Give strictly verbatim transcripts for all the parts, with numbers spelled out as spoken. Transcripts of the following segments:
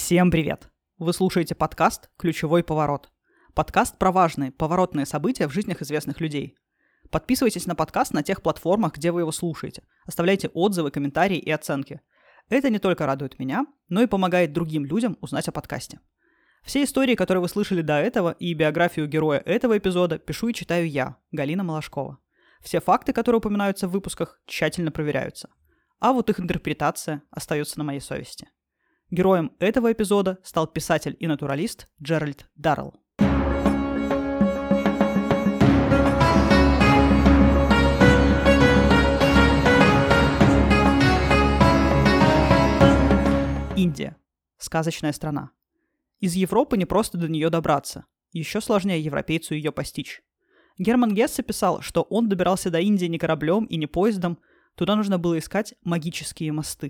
Всем привет! Вы слушаете подкаст «Ключевой поворот». Подкаст про важные, поворотные события в жизнях известных людей. Подписывайтесь на подкаст на тех платформах, где вы его слушаете. Оставляйте отзывы, комментарии и оценки. Это не только радует меня, но и помогает другим людям узнать о подкасте. Все истории, которые вы слышали до этого, и биографию героя этого эпизода пишу и читаю я, Галина Малашкова. Все факты, которые упоминаются в выпусках, тщательно проверяются. А вот их интерпретация остается на моей совести. Героем этого эпизода стал писатель и натуралист Джеральд Даррелл. Индия. Сказочная страна. Из Европы не просто до нее добраться. Еще сложнее европейцу ее постичь. Герман Гессе писал, что он добирался до Индии не кораблем и не поездом, туда нужно было искать магические мосты.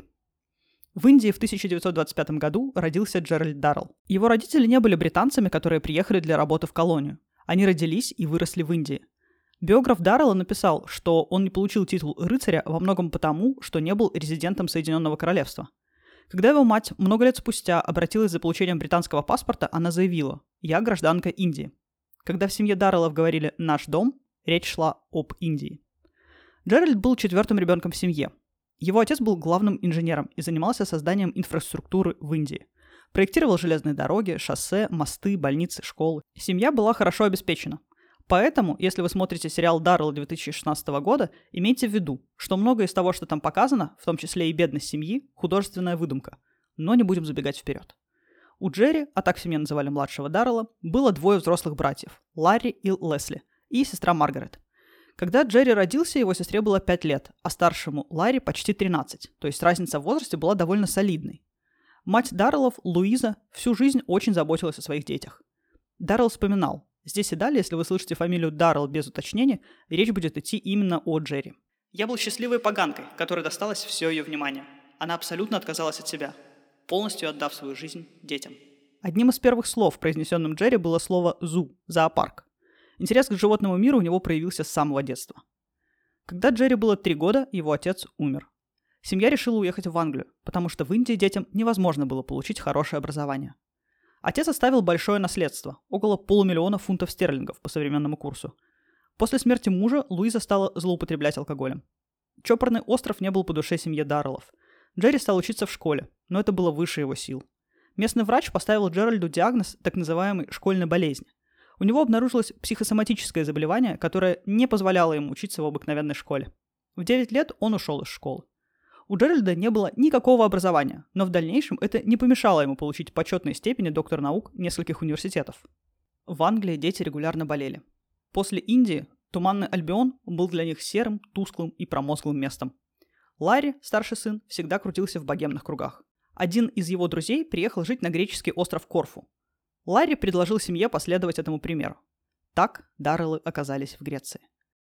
В Индии в тысяча девятьсот двадцать пятом году родился Джеральд Даррелл. Его родители не были британцами, которые приехали для работы в колонию. Они родились и выросли в Индии. Биограф Даррелла написал, что он не получил титул рыцаря во многом потому, что не был резидентом Соединенного Королевства. Когда его мать много лет спустя обратилась за получением британского паспорта, она заявила: «Я гражданка Индии». Когда в семье Дарреллов говорили «наш дом», речь шла об Индии. Джеральд был четвертым ребенком в семье. Его отец был главным инженером и занимался созданием инфраструктуры в Индии. Проектировал железные дороги, шоссе, мосты, больницы, школы. Семья была хорошо обеспечена. Поэтому, если вы смотрите сериал «Даррелл» две тысячи шестнадцатого года, имейте в виду, что многое из того, что там показано, в том числе и бедность семьи, художественная выдумка. Но не будем забегать вперед. У Джерри, а так в семье называли младшего Даррелла, было двое взрослых братьев – Ларри и Лесли, и сестра Маргарет. Когда Джерри родился, его сестре было пять лет, а старшему Ларри почти тринадцать, то есть разница в возрасте была довольно солидной. Мать Дарреллов, Луиза, всю жизнь очень заботилась о своих детях. Даррелл вспоминал: «Здесь и далее, если вы слышите фамилию Даррелл без уточнения, речь будет идти именно о Джерри. Я был счастливой поганкой, которой досталось все ее внимание. Она абсолютно отказалась от себя, полностью отдав свою жизнь детям». Одним из первых слов, произнесенным Джерри, было слово «зу» – зоопарк. Интерес к животному миру у него проявился с самого детства. Когда Джерри было три года, его отец умер. Семья решила уехать в Англию, потому что в Индии детям невозможно было получить хорошее образование. Отец оставил большое наследство – около полумиллиона фунтов стерлингов по современному курсу. После смерти мужа Луиза стала злоупотреблять алкоголем. Чопорный остров не был по душе семье Дарреллов. Джерри стал учиться в школе, но это было выше его сил. Местный врач поставил Джеральду диагноз так называемой школьной болезни. У него обнаружилось психосоматическое заболевание, которое не позволяло ему учиться в обыкновенной школе. В девять лет он ушел из школы. У Джеральда не было никакого образования, но в дальнейшем это не помешало ему получить почетные степени доктора наук нескольких университетов. В Англии дети регулярно болели. После Индии Туманный Альбион был для них серым, тусклым и промозглым местом. Ларри, старший сын, всегда крутился в богемных кругах. Один из его друзей приехал жить на греческий остров Корфу. Ларри предложил семье последовать этому примеру. Так Дарреллы оказались в Греции.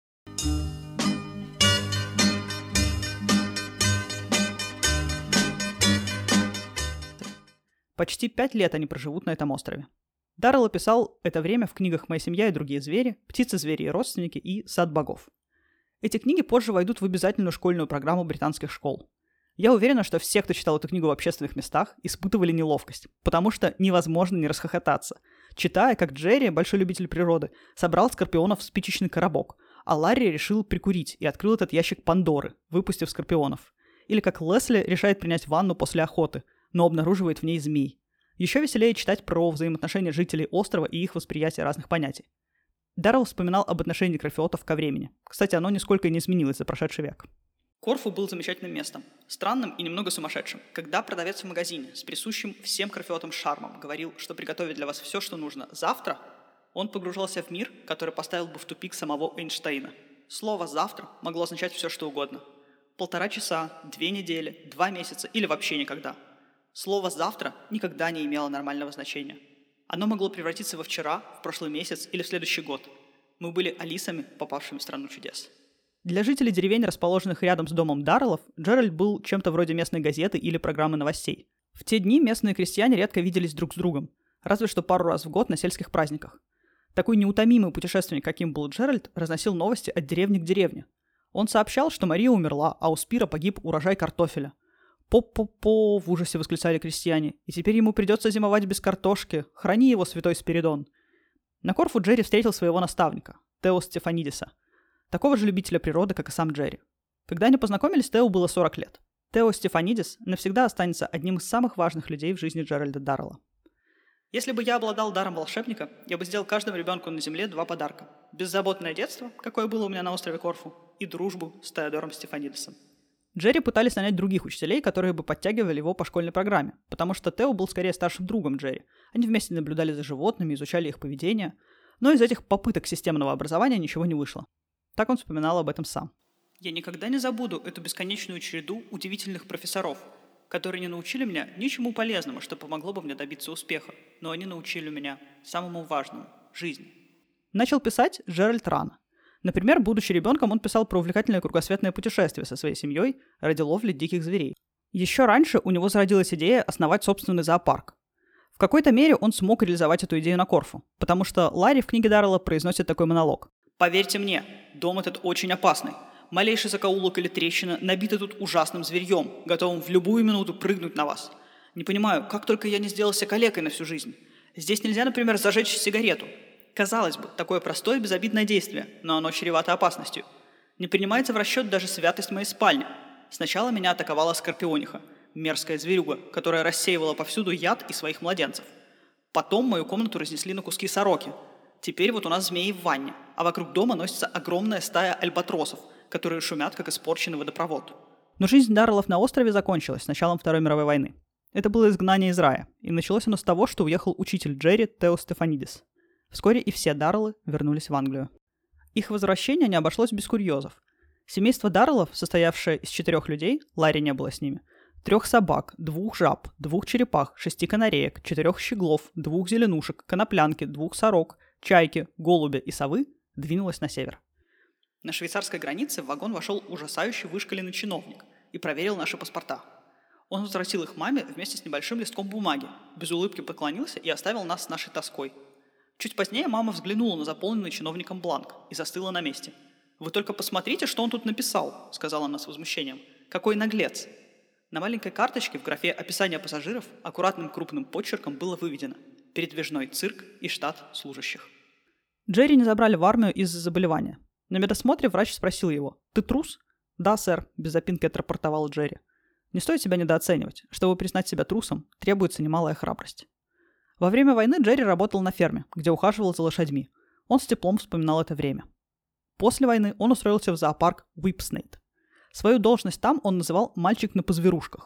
Почти пять лет они проживут на этом острове. Даррелл описал это время в книгах «Моя семья и другие звери», «Птицы, звери и родственники» и «Сад богов». Эти книги позже войдут в обязательную школьную программу британских школ. Я уверена, что все, кто читал эту книгу в общественных местах, испытывали неловкость, потому что невозможно не расхохотаться, читая, как Джерри, большой любитель природы, собрал скорпионов в спичечный коробок, а Ларри решил прикурить и открыл этот ящик Пандоры, выпустив скорпионов. Или как Лесли решает принять ванну после охоты, но обнаруживает в ней змей. Еще веселее читать про взаимоотношения жителей острова и их восприятие разных понятий. Даррелл вспоминал об отношении крофиотов ко времени. Кстати, оно нисколько не изменилось за прошедший век. Корфу был замечательным местом, странным и немного сумасшедшим. Когда продавец в магазине с присущим всем крофиотам шармом говорил, что приготовит для вас все, что нужно завтра, он погружался в мир, который поставил бы в тупик самого Эйнштейна. Слово «завтра» могло означать все, что угодно. Полтора часа, две недели, два месяца или вообще никогда. Слово «завтра» никогда не имело нормального значения. Оно могло превратиться во вчера, в прошлый месяц или в следующий год. Мы были Алисами, попавшими в страну чудес. Для жителей деревень, расположенных рядом с домом Дарреллов, Джеральд был чем-то вроде местной газеты или программы новостей. В те дни местные крестьяне редко виделись друг с другом, разве что пару раз в год на сельских праздниках. Такой неутомимый путешественник, каким был Джеральд, разносил новости от деревни к деревне. Он сообщал, что Мария умерла, а у Спира погиб урожай картофеля. «По-по-по!» — в ужасе восклицали крестьяне. «И теперь ему придется зимовать без картошки. Храни его, святой Спиридон!» На Корфу Джерри встретил своего наставника, Тео Стефанидиса, такого же любителя природы, как и сам Джерри. Когда они познакомились, Тео было сорок лет. Тео Стефанидис навсегда останется одним из самых важных людей в жизни Джеральда Даррелла. «Если бы я обладал даром волшебника, я бы сделал каждому ребенку на земле два подарка. Беззаботное детство, какое было у меня на острове Корфу, и дружбу с Теодором Стефанидисом». Джерри пытались нанять других учителей, которые бы подтягивали его по школьной программе, потому что Тео был скорее старшим другом Джерри. Они вместе наблюдали за животными, изучали их поведение, но из этих попыток системного образования ничего не вышло. Так он вспоминал об этом сам. «Я никогда не забуду эту бесконечную череду удивительных профессоров, которые не научили меня ничему полезному, что помогло бы мне добиться успеха, но они научили меня самому важному – жизни». Начал писать Джеральд рано. Например, будучи ребенком, он писал про увлекательное кругосветное путешествие со своей семьей ради ловли диких зверей. Еще раньше у него зародилась идея основать собственный зоопарк. В какой-то мере он смог реализовать эту идею на Корфу, потому что Ларри в книге Даррелла произносит такой монолог. «Поверьте мне, дом этот очень опасный. Малейший закоулок или трещина набиты тут ужасным зверьем, готовым в любую минуту прыгнуть на вас. Не понимаю, как только я не сделался калекой на всю жизнь. Здесь нельзя, например, зажечь сигарету. Казалось бы, такое простое безобидное действие, но оно чревато опасностью. Не принимается в расчет даже святость моей спальни. Сначала меня атаковала скорпиониха, мерзкая зверюга, которая рассеивала повсюду яд и своих младенцев. Потом мою комнату разнесли на куски сороки. Теперь вот у нас змеи в ванне, а вокруг дома носится огромная стая альбатросов, которые шумят, как испорченный водопровод». Но жизнь Дарреллов на острове закончилась с началом Второй мировой войны. Это было изгнание из рая, и началось оно с того, что уехал учитель Джерри Тео Стефанидис. Вскоре и все Дарреллы вернулись в Англию. Их возвращение не обошлось без курьезов. Семейство Дарреллов, состоявшее из четырех людей, Ларри не было с ними, трех собак, двух жаб, двух черепах, шести канареек, четырех щеглов, двух зеленушек, коноплянки, двух сорок, чайки, голубя и совы, двинулось на север. На швейцарской границе в вагон вошел ужасающий вышкаленный чиновник и проверил наши паспорта. Он возвратил их маме вместе с небольшим листком бумаги, без улыбки поклонился и оставил нас с нашей тоской. Чуть позднее мама взглянула на заполненный чиновником бланк и застыла на месте. «Вы только посмотрите, что он тут написал», — сказала она с возмущением. «Какой наглец!» На маленькой карточке в графе «Описание пассажиров» аккуратным крупным почерком было выведено «Передвижной цирк и штат служащих». Джерри не забрали в армию из-за заболевания. На медосмотре врач спросил его: «Ты трус?» «Да, сэр», — без запинки отрапортовал Джерри. Не стоит себя недооценивать. Чтобы признать себя трусом, требуется немалая храбрость. Во время войны Джерри работал на ферме, где ухаживал за лошадьми. Он с теплом вспоминал это время. После войны он устроился в зоопарк Whipsnade. Свою должность там он называл «мальчик на позверушках».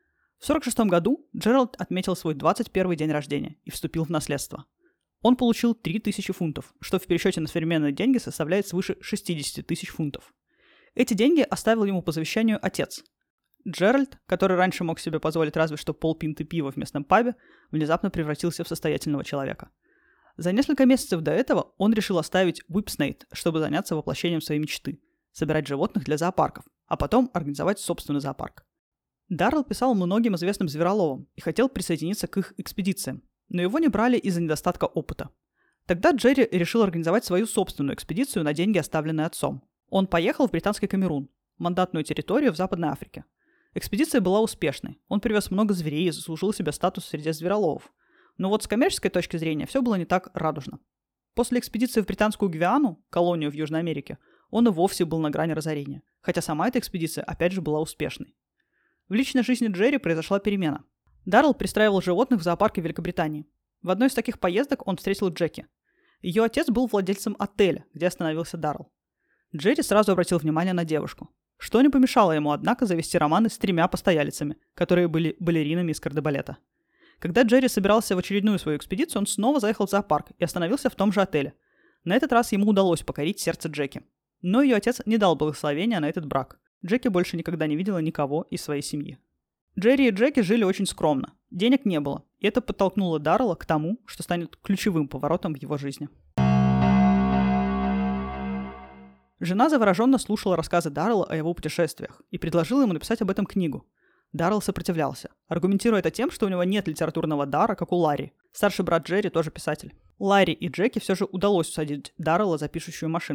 В сорок шестом году Джеральд отметил свой двадцать первый день рождения и вступил в наследство. Он получил три тысячи фунтов, что в пересчете на современные деньги составляет свыше шестьдесят тысяч фунтов. Эти деньги оставил ему по завещанию отец. Джеральд, который раньше мог себе позволить разве что полпинты пива в местном пабе, внезапно превратился в состоятельного человека. За несколько месяцев до этого он решил оставить Whipsnade, чтобы заняться воплощением своей мечты – собирать животных для зоопарков, а потом организовать собственный зоопарк. Даррелл писал многим известным звероловам и хотел присоединиться к их экспедициям, но его не брали из-за недостатка опыта. Тогда Джерри решил организовать свою собственную экспедицию на деньги, оставленные отцом. Он поехал в британский Камерун, мандатную территорию в Западной Африке. Экспедиция была успешной. Он привез много зверей и заслужил себе статус среди звероловов. Но вот с коммерческой точки зрения все было не так радужно. После экспедиции в британскую Гвиану, колонию в Южной Америке, он и вовсе был на грани разорения, хотя сама эта экспедиция опять же была успешной. В личной жизни Джерри произошла перемена. Даррелл пристраивал животных в зоопарке Великобритании. В одной из таких поездок он встретил Джеки. Ее отец был владельцем отеля, где остановился Даррелл. Джерри сразу обратил внимание на девушку. Что не помешало ему, однако, завести романы с тремя постоялицами, которые были балеринами из кардебалета. Когда Джерри собирался в очередную свою экспедицию, он снова заехал в зоопарк и остановился в том же отеле. На этот раз ему удалось покорить сердце Джеки. Но ее отец не дал благословения на этот брак. Джеки больше никогда не видела никого из своей семьи. Джерри и Джеки жили очень скромно. Денег не было, и это подтолкнуло Даррелла к тому, что станет ключевым поворотом в его жизни. Жена завороженно слушала рассказы Даррелла о его путешествиях и предложила ему написать об этом книгу. Даррелл сопротивлялся, аргументируя это тем, что у него нет литературного дара, как у Ларри. Старший брат Джерри тоже писатель. Ларри и Джеки все же удалось усадить Даррелла за пишущую машинку.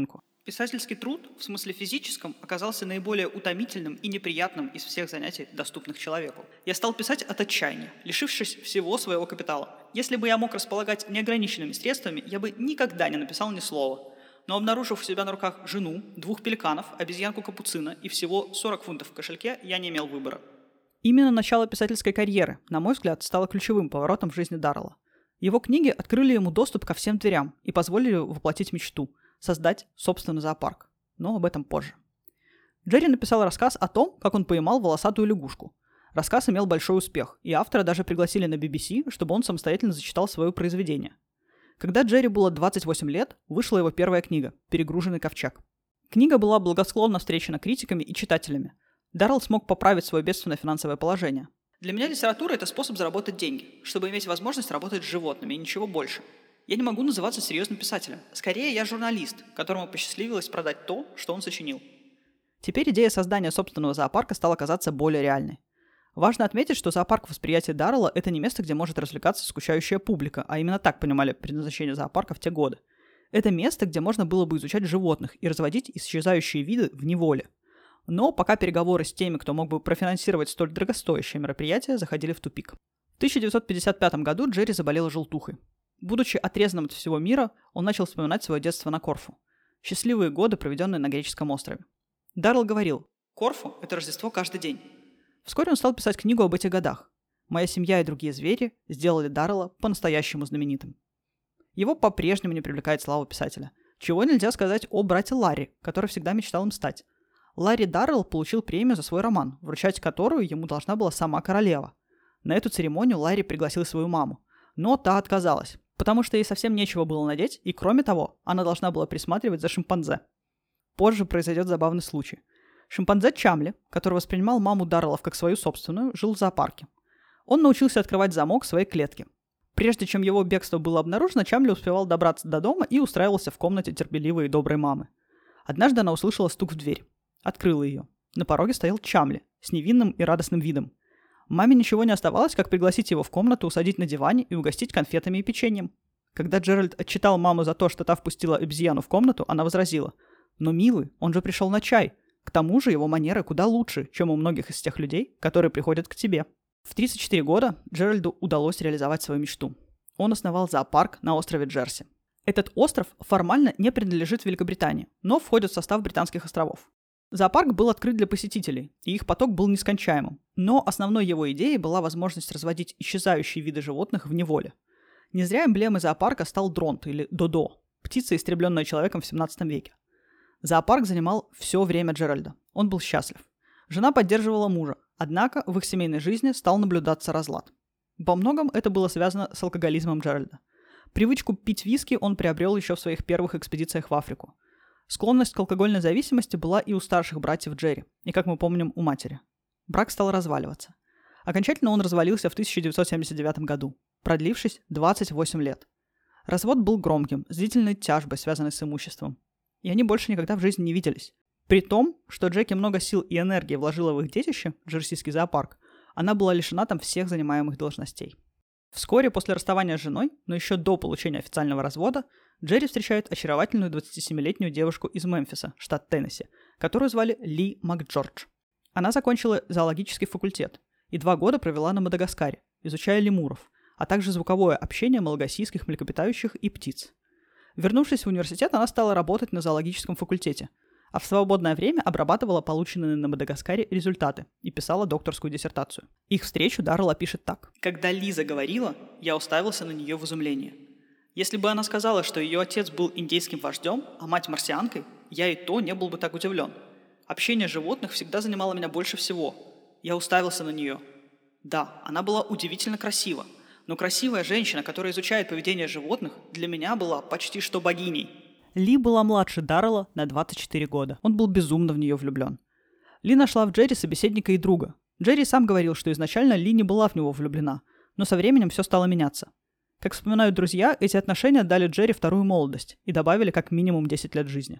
Писательский труд, в смысле физическом, оказался наиболее утомительным и неприятным из всех занятий, доступных человеку. Я стал писать от отчаяния, лишившись всего своего капитала. Если бы я мог располагать неограниченными средствами, я бы никогда не написал ни слова. Но обнаружив у себя на руках жену, двух пеликанов, обезьянку капуцина и всего сорок фунтов в кошельке, я не имел выбора. Именно начало писательской карьеры, на мой взгляд, стало ключевым поворотом в жизни Даррелла. Его книги открыли ему доступ ко всем дверям и позволили воплотить мечту – создать собственный зоопарк. Но об этом позже. Джерри написал рассказ о том, как он поймал волосатую лягушку. Рассказ имел большой успех, и автора даже пригласили на би би си, чтобы он самостоятельно зачитал свое произведение. Когда Джерри было двадцать восемь лет, вышла его первая книга «Перегруженный ковчег». Книга была благосклонно встречена критиками и читателями. Даррелл смог поправить свое бедственное финансовое положение. Для меня литература – это способ заработать деньги, чтобы иметь возможность работать с животными и ничего больше. Я не могу называться серьезным писателем. Скорее, я журналист, которому посчастливилось продать то, что он сочинил. Теперь идея создания собственного зоопарка стала казаться более реальной. Важно отметить, что зоопарк в восприятии Даррелла – это не место, где может развлекаться скучающая публика, а именно так понимали предназначение зоопарка в те годы. Это место, где можно было бы изучать животных и разводить исчезающие виды в неволе. Но пока переговоры с теми, кто мог бы профинансировать столь дорогостоящее мероприятие, заходили в тупик. В тысяча девятьсот пятьдесят пятом году Джерри заболел желтухой. Будучи отрезанным от всего мира, он начал вспоминать свое детство на Корфу. Счастливые годы, проведенные на греческом острове. Даррелл говорил: «Корфу – это Рождество каждый день». Вскоре он стал писать книгу об этих годах. «Моя семья и другие звери» сделали Даррелла по-настоящему знаменитым. Его по-прежнему не привлекает слава писателя. Чего нельзя сказать о брате Ларри, который всегда мечтал им стать. Ларри Даррелл получил премию за свой роман, вручать которую ему должна была сама королева. На эту церемонию Ларри пригласил свою маму. Но та отказалась, потому что ей совсем нечего было надеть, и кроме того, она должна была присматривать за шимпанзе. Позже произойдет забавный случай. Шимпанзе Чамли, который воспринимал маму Дарреллов как свою собственную, жил в зоопарке. Он научился открывать замок своей клетки. Прежде чем его бегство было обнаружено, Чамли успевал добраться до дома и устраивался в комнате терпеливой и доброй мамы. Однажды она услышала стук в дверь. Открыла ее. На пороге стоял Чамли с невинным и радостным видом. Маме ничего не оставалось, как пригласить его в комнату, усадить на диване и угостить конфетами и печеньем. Когда Джеральд отчитал маму за то, что та впустила обезьяну в комнату, она возразила: «Но, милый, он же пришел на чай. К тому же его манеры куда лучше, чем у многих из тех людей, которые приходят к тебе». В тридцать четыре года Джеральду удалось реализовать свою мечту. Он основал зоопарк на острове Джерси. Этот остров формально не принадлежит Великобритании, но входит в состав Британских островов. Зоопарк был открыт для посетителей, и их поток был нескончаемым. Но основной его идеей была возможность разводить исчезающие виды животных в неволе. Не зря эмблемой зоопарка стал дронт, или додо, птица, истребленная человеком в семнадцатом веке. Зоопарк занимал все время Джеральда. Он был счастлив. Жена поддерживала мужа, однако в их семейной жизни стал наблюдаться разлад. Во многом это было связано с алкоголизмом Джеральда. Привычку пить виски он приобрел еще в своих первых экспедициях в Африку. Склонность к алкогольной зависимости была и у старших братьев Джерри, и, как мы помним, у матери. Брак стал разваливаться. Окончательно он развалился в тысяча девятьсот семьдесят девятом году, продлившись двадцать восемь лет. Развод был громким, с длительной тяжбой, связанной с имуществом. И они больше никогда в жизни не виделись. При том, что Джеки много сил и энергии вложила в их детище, Джерсийский зоопарк, она была лишена там всех занимаемых должностей. Вскоре после расставания с женой, но еще до получения официального развода, Джерри встречает очаровательную двадцатисемилетнюю девушку из Мемфиса, штат Теннесси, которую звали Ли МакДжордж. Она закончила зоологический факультет и два года провела на Мадагаскаре, изучая лемуров, а также звуковое общение малагасийских млекопитающих и птиц. Вернувшись в университет, она стала работать на зоологическом факультете, а в свободное время обрабатывала полученные на Мадагаскаре результаты и писала докторскую диссертацию. Их встречу Даррелл опишет так. «Когда Лиза говорила, я уставился на нее в изумлении. Если бы она сказала, что ее отец был индейским вождем, а мать марсианкой, я и то не был бы так удивлен. Общение животных всегда занимало меня больше всего. Я уставился на нее. Да, она была удивительно красива, но красивая женщина, которая изучает поведение животных, для меня была почти что богиней». Ли была младше Даррелла на двадцать четыре года. Он был безумно в нее влюблен. Ли нашла в Джерри собеседника и друга. Джерри сам говорил, что изначально Ли не была в него влюблена, но со временем все стало меняться. Как вспоминают друзья, эти отношения дали Джерри вторую молодость и добавили как минимум десять лет жизни.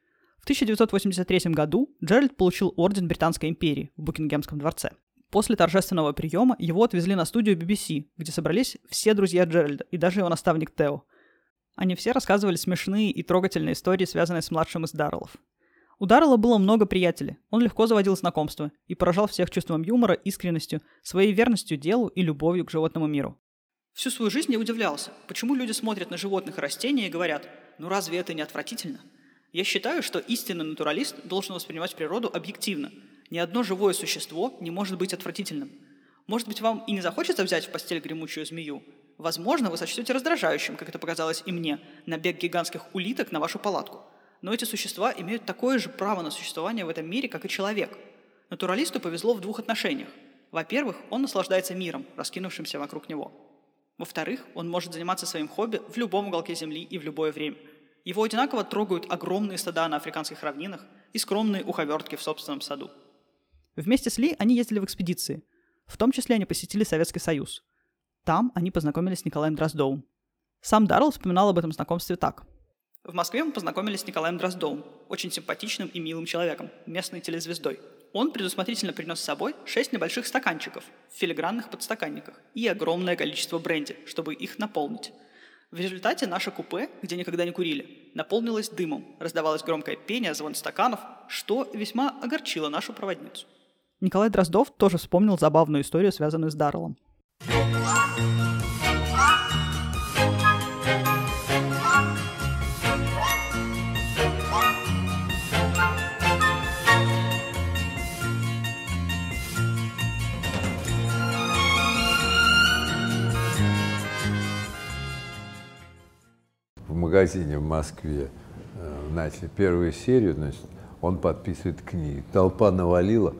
В тысяча девятьсот восемьдесят третьем году Джеральд получил орден Британской империи в Букингемском дворце. После торжественного приема его отвезли на студию би би си, где собрались все друзья Джеральда и даже его наставник Тео. Они все рассказывали смешные и трогательные истории, связанные с младшим из Дарреллов. У Даррелла было много приятелей, он легко заводил знакомства и поражал всех чувством юмора, искренностью, своей верностью делу и любовью к животному миру. Всю свою жизнь я удивлялся, почему люди смотрят на животных и растения и говорят: «Ну разве это не отвратительно?» Я считаю, что истинный натуралист должен воспринимать природу объективно. Ни одно живое существо не может быть отвратительным. Может быть, вам и не захочется взять в постель гремучую змею? Возможно, вы сочтете раздражающим, как это показалось и мне, набег гигантских улиток на вашу палатку. Но эти существа имеют такое же право на существование в этом мире, как и человек. Натуралисту повезло в двух отношениях. Во-первых, он наслаждается миром, раскинувшимся вокруг него. Во-вторых, он может заниматься своим хобби в любом уголке Земли и в любое время. Его одинаково трогают огромные стада на африканских равнинах и скромные уховертки в собственном саду. Вместе с Ли они ездили в экспедиции. В том числе они посетили Советский Союз. Там они познакомились с Николаем Дроздовым. Сам Даррелл вспоминал об этом знакомстве так. В Москве мы познакомились с Николаем Дроздовым, очень симпатичным и милым человеком, местной телезвездой. Он предусмотрительно принес с собой шесть небольших стаканчиков в филигранных подстаканниках и огромное количество бренди, чтобы их наполнить. В результате наше купе, где никогда не курили, наполнилось дымом, раздавалось громкое пение, звон стаканов, что весьма огорчило нашу проводницу. Николай Дроздов тоже вспомнил забавную историю, связанную с Дарреллом. В магазине в Москве э, начали первую серию, значит, он подписывает книги. Толпа навалила.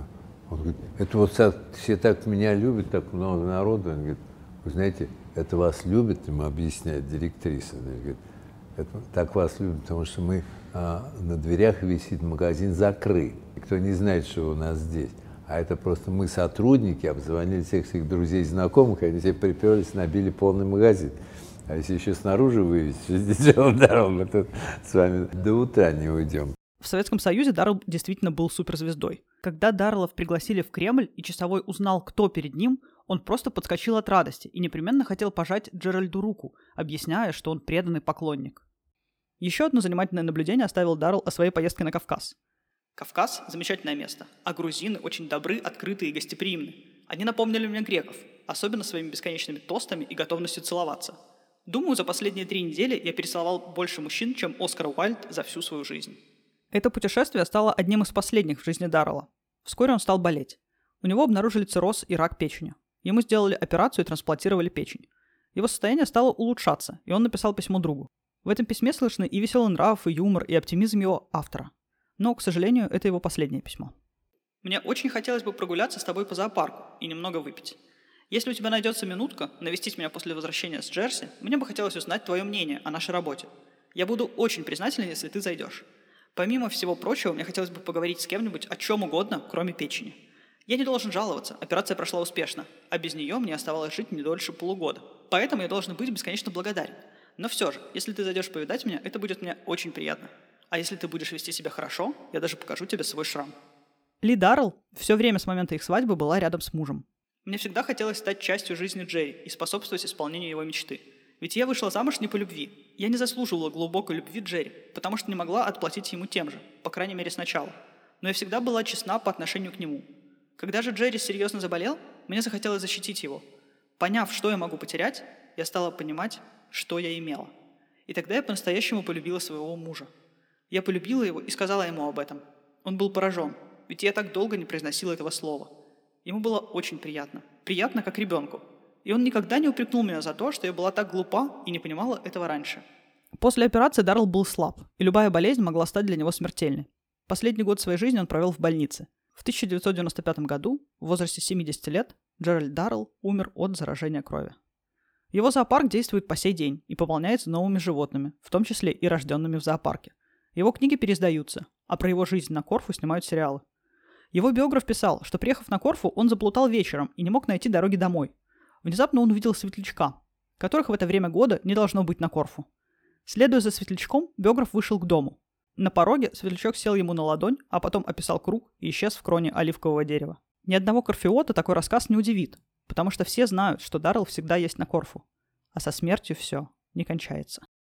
Он говорит: это вот все так меня любят, так много народу. Он говорит: вы знаете, это вас любит, ему объясняет директриса. Она говорит: это так вас любят, потому что мы а, на дверях висит магазин закрыт. Никто не знает, что у нас здесь. А это просто мы сотрудники, обзвонили всех своих друзей и знакомых, и они все приперлись, набили полный магазин. А если еще снаружи вывести, что здесь делаем дорогу, мы тут с вами до утра не уйдем. В Советском Союзе Даррелл действительно был суперзвездой. Когда Дарреллов пригласили в Кремль, и часовой узнал, кто перед ним, он просто подскочил от радости и непременно хотел пожать Джеральду руку, объясняя, что он преданный поклонник. Еще одно занимательное наблюдение оставил Даррелл о своей поездке на Кавказ. Кавказ – замечательное место, а грузины очень добры, открыты и гостеприимны. Они напомнили мне греков, особенно своими бесконечными тостами и готовностью целоваться. Думаю, за последние три недели я перецеловал больше мужчин, чем Оскар Уайльд за всю свою жизнь. Это путешествие стало одним из последних в жизни Даррелла. Вскоре он стал болеть. У него обнаружили цирроз и рак печени. Ему сделали операцию и трансплантировали печень. Его состояние стало улучшаться, и он написал письмо другу. В этом письме слышны и веселый нрав, и юмор, и оптимизм его автора. Но, к сожалению, это его последнее письмо. Мне очень хотелось бы прогуляться с тобой по зоопарку и немного выпить. Если у тебя найдется минутка навестить меня после возвращения с Джерси, мне бы хотелось узнать твое мнение о нашей работе. Я буду очень признателен, если ты зайдешь. Помимо всего прочего, мне хотелось бы поговорить с кем-нибудь о чем угодно, кроме печени. Я не должен жаловаться, операция прошла успешно, а без нее мне оставалось жить не дольше полугода. Поэтому я должен быть бесконечно благодарен. Но все же, если ты зайдешь повидать меня, это будет мне очень приятно. А если ты будешь вести себя хорошо, я даже покажу тебе свой шрам. Ли Даррелл все время с момента их свадьбы была рядом с мужем. Мне всегда хотелось стать частью жизни Джерри и способствовать исполнению его мечты. Ведь я вышла замуж не по любви. Я не заслуживала глубокой любви Джерри, потому что не могла отплатить ему тем же, по крайней мере сначала. Но я всегда была честна по отношению к нему. Когда же Джерри серьезно заболел, мне захотелось защитить его. Поняв, что я могу потерять, я стала понимать, что я имела. И тогда я по-настоящему полюбила своего мужа. Я полюбила его и сказала ему об этом. Он был поражен, ведь я так долго не произносила этого слова. Ему было очень приятно. Приятно, как ребенку. И он никогда не упрекнул меня за то, что я была так глупа и не понимала этого раньше. После операции Даррелл был слаб, и любая болезнь могла стать для него смертельной. Последний год своей жизни он провел в больнице. В тысяча девятьсот девяносто пятом году, в возрасте семидесяти лет, Джеральд Даррелл умер от заражения крови. Его зоопарк действует по сей день и пополняется новыми животными, в том числе и рожденными в зоопарке. Его книги переиздаются, а про его жизнь на Корфу снимают сериалы. Его биограф писал, что, приехав на Корфу, он заплутал вечером и не мог найти дороги домой. Внезапно он увидел светлячка, которых в это время года не должно быть на Корфу. Следуя за светлячком, биограф вышел к дому. На пороге светлячок сел ему на ладонь, а потом описал круг и исчез в кроне оливкового дерева. Ни одного корфиота такой рассказ не удивит, потому что все знают, что Даррелл всегда есть на Корфу, а со смертью все не кончается.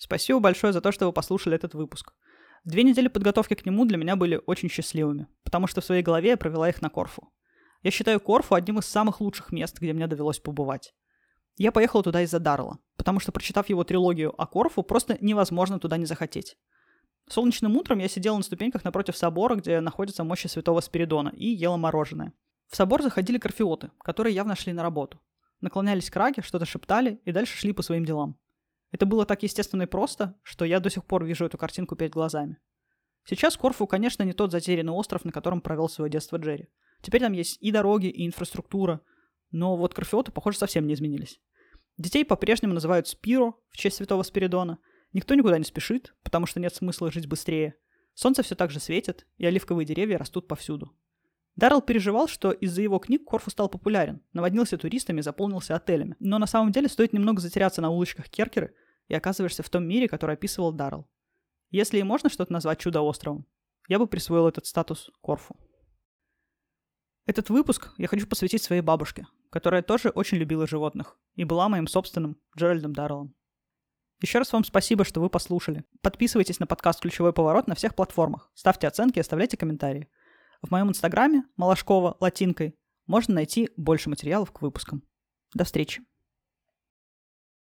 Спасибо большое за то, что вы послушали этот выпуск. Две недели подготовки к нему для меня были очень счастливыми, потому что в своей голове я провела их на Корфу. Я считаю Корфу одним из самых лучших мест, где мне довелось побывать. Я поехала туда из-за Даррелла, потому что, прочитав его трилогию о Корфу, просто невозможно туда не захотеть. Солнечным утром я сидела на ступеньках напротив собора, где находятся мощи святого Спиридона, и ела мороженое. В собор заходили корфиоты, которые явно шли на работу. Наклонялись к Раге, что-то шептали и дальше шли по своим делам. Это было так естественно и просто, что я до сих пор вижу эту картинку перед глазами. Сейчас Корфу, конечно, не тот затерянный остров, на котором провел свое детство Джерри. Теперь там есть и дороги, и инфраструктура, но вот корфиоты, похоже, совсем не изменились. Детей по-прежнему называют Спиро в честь святого Спиридона. Никто никуда не спешит, потому что нет смысла жить быстрее. Солнце все так же светит, и оливковые деревья растут повсюду. Даррелл переживал, что из-за его книг Корфу стал популярен, наводнился туристами и заполнился отелями. Но на самом деле стоит немного затеряться на улочках Керкеры, и оказываешься в том мире, который описывал Даррелл. Если и можно что-то назвать чудо-островом, я бы присвоил этот статус Корфу. Этот выпуск я хочу посвятить своей бабушке, которая тоже очень любила животных и была моим собственным Джеральдом Дарреллом. Еще раз вам спасибо, что вы послушали. Подписывайтесь на подкаст «Ключевой поворот» на всех платформах, ставьте оценки и оставляйте комментарии. В моем инстаграме Малашкова латинкой можно найти больше материалов к выпускам. До встречи!